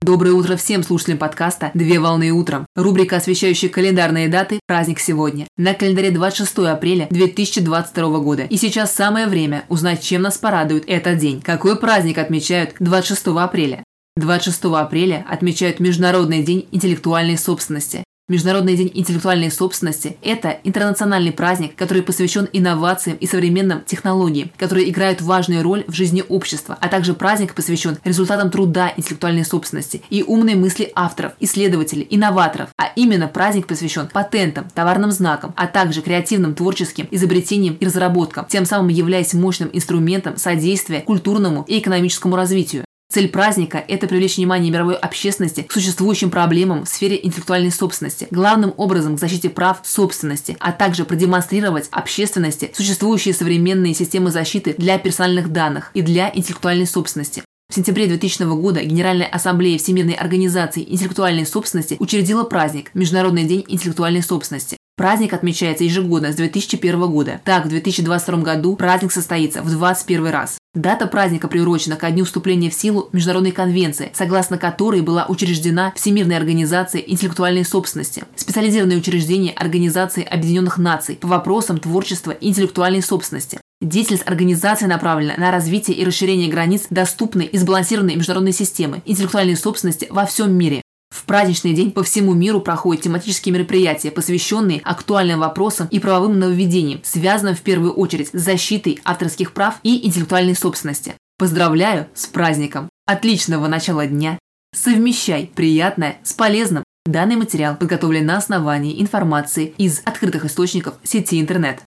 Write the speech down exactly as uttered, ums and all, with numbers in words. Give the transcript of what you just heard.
Доброе утро всем слушателям подкаста «Две волны утром». Рубрика, освещающая календарные даты «Праздник сегодня». На календаре двадцать шестое апреля две тысячи двадцать второго года. И сейчас самое время узнать, чем нас порадует этот день. Какой праздник отмечают двадцать шестого апреля? двадцать шестого апреля отмечают Международный день интеллектуальной собственности. Международный день интеллектуальной собственности – это интернациональный праздник, который посвящен инновациям и современным технологиям, которые играют важную роль в жизни общества, а также праздник посвящен результатам труда интеллектуальной собственности и умной мысли авторов, исследователей, инноваторов, а именно праздник посвящен патентам, товарным знакам, а также креативным творческим изобретениям и разработкам, тем самым являясь мощным инструментом содействия культурному и экономическому развитию. Цель праздника – это привлечь внимание мировой общественности к существующим проблемам в сфере интеллектуальной собственности, главным образом к защите прав собственности, а также продемонстрировать общественности существующие современные системы защиты для персональных данных и для интеллектуальной собственности. В сентябре двухтысячного года Генеральная ассамблея Всемирной организации интеллектуальной собственности учредила праздник Международный день интеллектуальной собственности. Праздник отмечается ежегодно с две тысячи первого года. Так, в две тысячи двадцать втором году праздник состоится в двадцать первый раз. Дата праздника приурочена ко дню вступления в силу Международной конвенции, согласно которой была учреждена Всемирная организация интеллектуальной собственности, специализированное учреждение Организации Объединенных Наций по вопросам творчества и интеллектуальной собственности. Деятельность организации направлена на развитие и расширение границ доступной и сбалансированной международной системы интеллектуальной собственности во всем мире. В праздничный день по всему миру проходят тематические мероприятия, посвященные актуальным вопросам и правовым нововведениям, связанным в первую очередь с защитой авторских прав и интеллектуальной собственности. Поздравляю с праздником! Отличного начала дня! Совмещай приятное с полезным! Данный материал подготовлен на основании информации из открытых источников сети интернет.